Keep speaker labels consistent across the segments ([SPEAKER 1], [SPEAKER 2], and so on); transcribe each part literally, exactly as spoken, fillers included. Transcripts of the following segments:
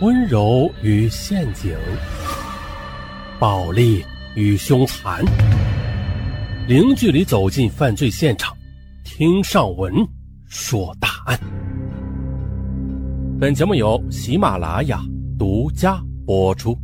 [SPEAKER 1] 温柔与陷阱，暴力与凶残，零距离走进犯罪现场，听上文说大案。本节目由喜马拉雅独家播出。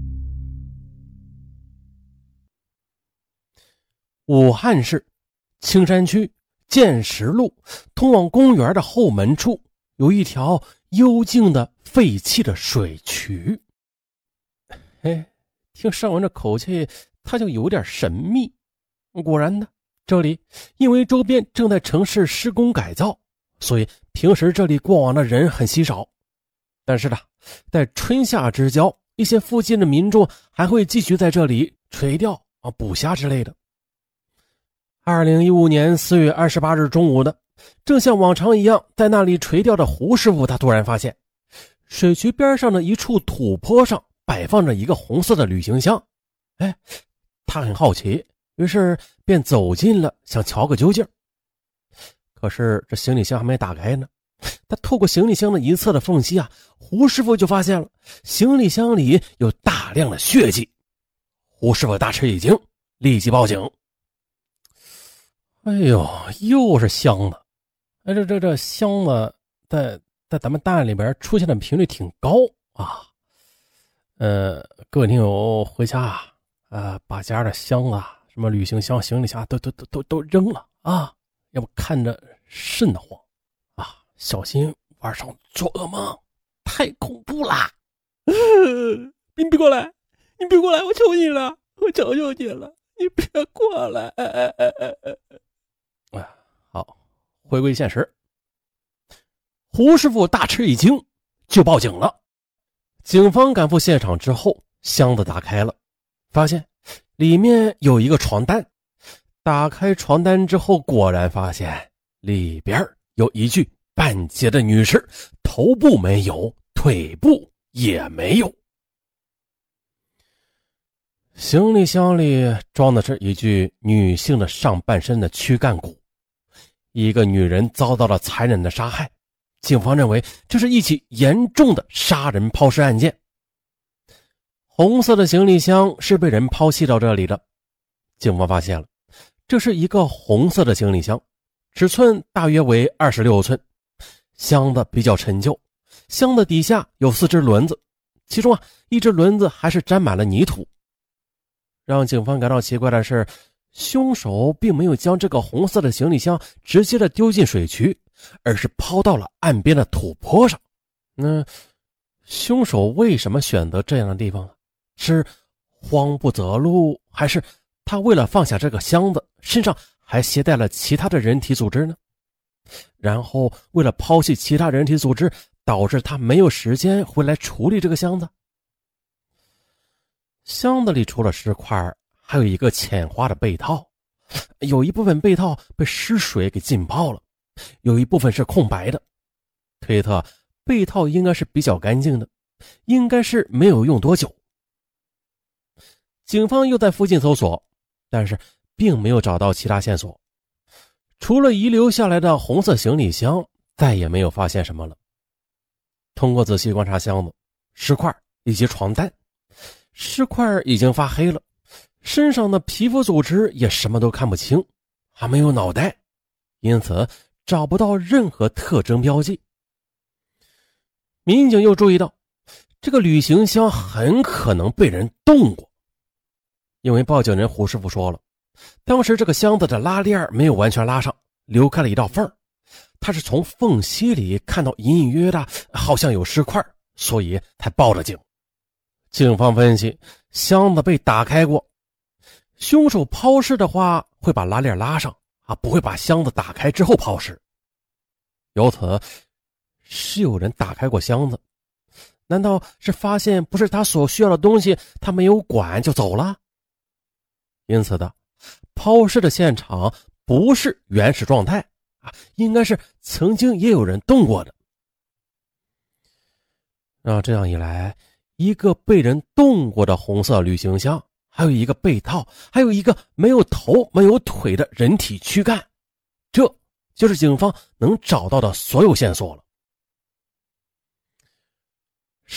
[SPEAKER 1] 武汉市青山区建石路通往公园的后门处，有一条幽静的废弃的水渠。哎，听上文这口气，他就有点神秘。果然呢，这里因为周边正在城市施工改造，所以平时这里过往的人很稀少。但是呢，在春夏之交，一些附近的民众还会继续在这里垂钓啊、捕虾之类的。二零一五年四月二十八日中午的，正像往常一样在那里垂钓的胡师傅，他突然发现水渠边上的一处土坡上摆放着一个红色的旅行箱。哎，他很好奇，于是便走近了，想瞧个究竟。可是这行李箱还没打开呢，他透过行李箱的一侧的缝隙啊，胡师傅就发现了行李箱里有大量的血迹。胡师傅大吃一惊，立即报警。哎呦，又是箱子！哎，这这这箱子在在咱们档案里边出现的频率挺高啊。呃，各位听友回家啊，呃，把家的箱子、什么旅行箱、行李箱都都都都都扔了啊，要不看着瘆得慌啊，小心晚上做噩梦，太恐怖啦！你别过来，你别过来，我求你了，我求求你了，你别过来！哎哎哎哎哎。哎，好，回归现实。胡师傅大吃一惊，就报警了。警方赶赴现场之后，箱子打开了，发现里面有一个床单。打开床单之后，果然发现里边有一具半截的女尸，头部没有，腿部也没有。行李箱里装的是一具女性的上半身的躯干骨。一个女人遭到了残忍的杀害，警方认为这是一起严重的杀人抛尸案件。红色的行李箱是被人抛弃到这里的，警方发现了，这是一个红色的行李箱，尺寸大约为二十六寸，箱子比较陈旧，箱子底下有四只轮子，其中啊一只轮子还是沾满了泥土。让警方感到奇怪的是，凶手并没有将这个红色的行李箱直接的丢进水渠，而是抛到了岸边的土坡上。那凶手为什么选择这样的地方呢？是慌不择路，还是他为了放下这个箱子，身上还携带了其他的人体组织呢？然后为了抛弃其他人体组织，导致他没有时间回来处理这个箱子。箱子里除了尸块，还有一个浅花的被套，有一部分被套被湿水给浸泡了，有一部分是空白的，推测被套应该是比较干净的，应该是没有用多久。警方又在附近搜索，但是并没有找到其他线索，除了遗留下来的红色行李箱，再也没有发现什么了。通过仔细观察箱子、尸块以及床单，尸块已经发黑了，身上的皮肤组织也什么都看不清，还没有脑袋，因此找不到任何特征标记。民警又注意到，这个旅行箱很可能被人动过，因为报警人胡师傅说了，当时这个箱子的拉链没有完全拉上，留开了一道缝，他是从缝隙里看到隐隐约约的好像有尸块，所以才报了警。警方分析，箱子被打开过，凶手抛尸的话会把拉链拉上啊，不会把箱子打开之后抛尸。由此是有人打开过箱子，难道是发现不是他所需要的东西，他没有管就走了？因此的抛尸的现场不是原始状态啊，应该是曾经也有人动过的。那这样一来，一个被人动过的红色旅行箱，还有一个被套，还有一个没有头没有腿的人体躯干，这就是警方能找到的所有线索了。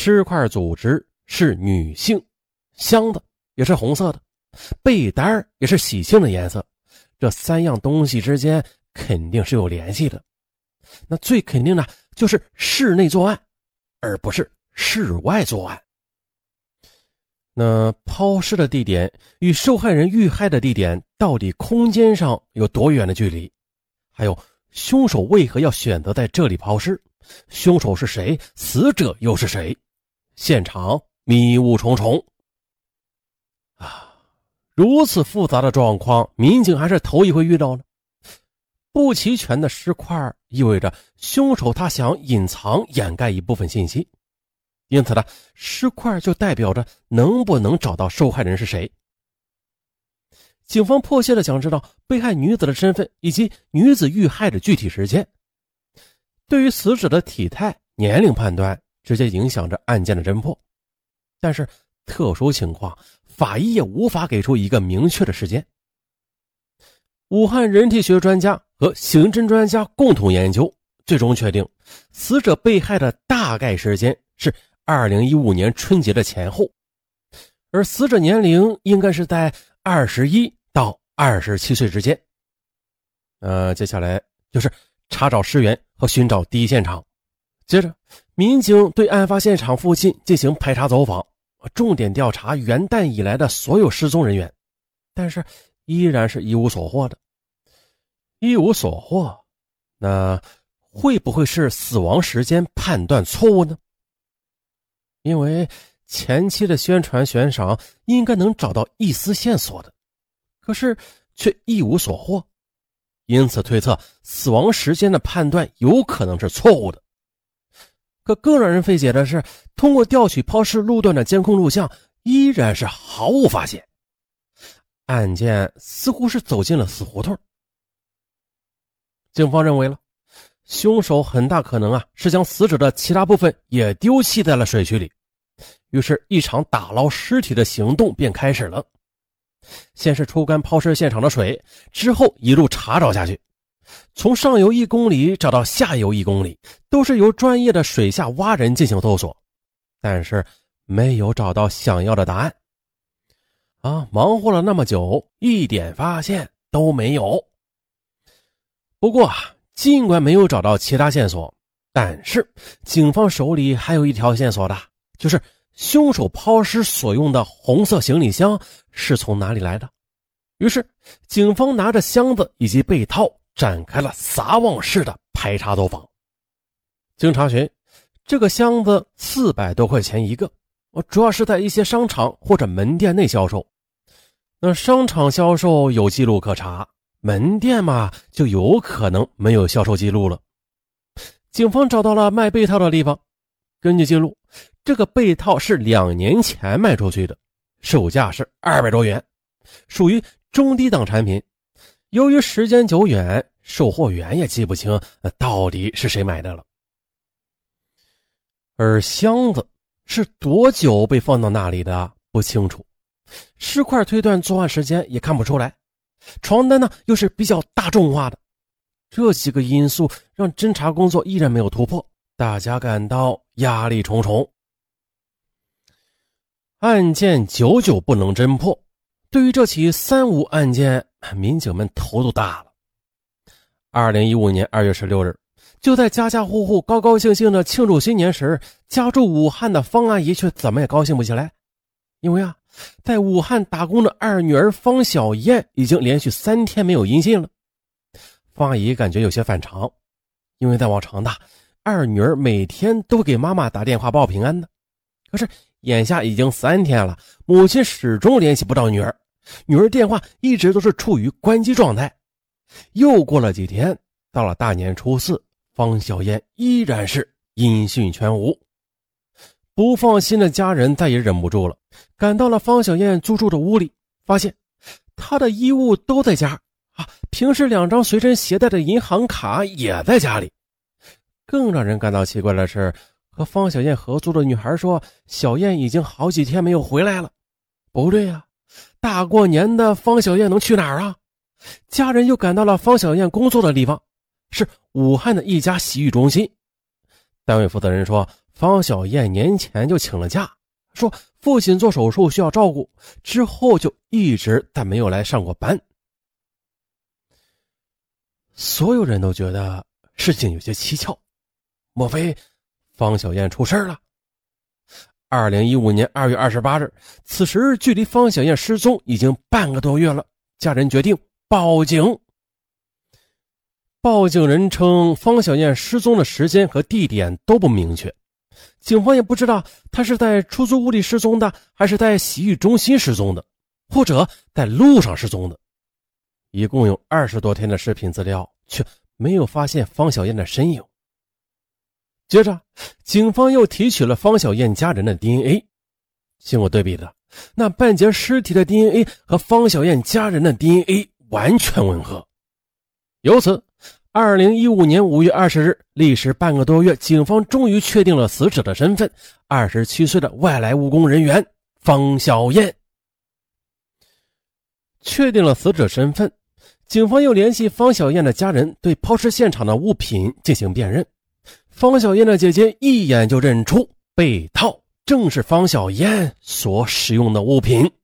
[SPEAKER 1] 尸块组织是女性，箱子也是红色的，被单也是喜庆的颜色，这三样东西之间肯定是有联系的。那最肯定的就是室内作案，而不是室外作案。那抛尸的地点与受害人遇害的地点到底空间上有多远的距离？还有凶手为何要选择在这里抛尸？凶手是谁？死者又是谁？现场迷雾重重啊！如此复杂的状况，民警还是头一回遇到呢。不齐全的尸块意味着凶手他想隐藏掩盖一部分信息，因此呢，尸块就代表着能不能找到受害人是谁。警方迫切地想知道被害女子的身份以及女子遇害的具体时间。对于死者的体态、年龄判断直接影响着案件的侦破，但是特殊情况，法医也无法给出一个明确的时间。武汉人体学专家和刑侦专家共同研究，最终确定死者被害的大概时间是二零一五年春节的前后，而死者年龄应该是在二十一到二十七岁之间。呃，接下来就是查找尸源和寻找第一现场。接着，民警对案发现场附近进行排查走访，重点调查元旦以来的所有失踪人员，但是依然是一无所获的。一无所获，那会不会是死亡时间判断错误呢？因为前期的宣传悬赏应该能找到一丝线索的，可是却一无所获，因此推测死亡时间的判断有可能是错误的。可更让人费解的是，通过调取抛尸路段的监控录像，依然是毫无发现。案件似乎是走进了死胡同。警方认为了，凶手很大可能啊是将死者的其他部分也丢弃在了水渠里，于是一场打捞尸体的行动便开始了。先是抽干抛尸现场的水，之后一路查找下去，从上游一公里找到下游一公里，都是由专业的水下蛙人进行搜索，但是没有找到想要的答案。啊，忙活了那么久，一点发现都没有。不过啊，尽管没有找到其他线索，但是警方手里还有一条线索的，就是凶手抛尸所用的红色行李箱是从哪里来的。于是警方拿着箱子以及被套展开了撒网式的排查走访。经查询，这个箱子四百多块钱一个，主要是在一些商场或者门店内销售。那商场销售有记录可查，门店嘛就有可能没有销售记录了。警方找到了卖被套的地方，根据记录，这个被套是两年前卖出去的，售价是二百多元，属于中低档产品。由于时间久远，售货员也记不清到底是谁买的了。而箱子是多久被放到那里的不清楚，尸块推断作案时间也看不出来，床单呢又是比较大众化的，这几个因素让侦查工作依然没有突破，大家感到压力重重。案件久久不能侦破，对于这起三无案件，民警们头都大了。二零一五年二月十六日，就在家家户户高高兴兴的庆祝新年时，家住武汉的方阿姨却怎么也高兴不起来。因为啊，在武汉打工的二女儿方小燕已经连续三天没有音信了。方阿姨感觉有些反常，因为在往常的二女儿每天都给妈妈打电话报平安的，可是眼下已经三天了，母亲始终联系不到女儿，女儿电话一直都是处于关机状态。又过了几天，到了大年初四，方小燕依然是音讯全无。不放心的家人再也忍不住了，赶到了方小燕租住的屋里，发现她的衣物都在家啊，平时两张随身携带的银行卡也在家里。更让人感到奇怪的是，和方小燕合租的女孩说，小燕已经好几天没有回来了。不对啊，大过年的方小燕能去哪儿啊？家人又赶到了方小燕工作的地方，是武汉的一家洗浴中心。单位负责人说， 方小燕年前就请了假，说父亲做手术需要照顾，之后就一直但没有来上过班。所有人都觉得事情有些蹊跷，莫非方小燕出事了？二零一五年二月二十八日，此时距离方小燕失踪已经半个多月了，家人决定报警。报警人称方小燕失踪的时间和地点都不明确，警方也不知道她是在出租屋里失踪的，还是在洗浴中心失踪的，或者在路上失踪的。一共有二十多天的视频资料，却没有发现方小燕的身影。接着，警方又提取了方小燕家人的 D N A， 经过对比的，那半截尸体的 D N A 和方小燕家人的 D N A 完全吻合。由此，二零一五年五月二十日，历时半个多月，警方终于确定了死者的身份，二十七岁的外来务工人员方小燕。确定了死者身份，警方又联系方小燕的家人，对抛尸现场的物品进行辨认。方小燕的姐姐一眼就认出被套正是方小燕所使用的物品。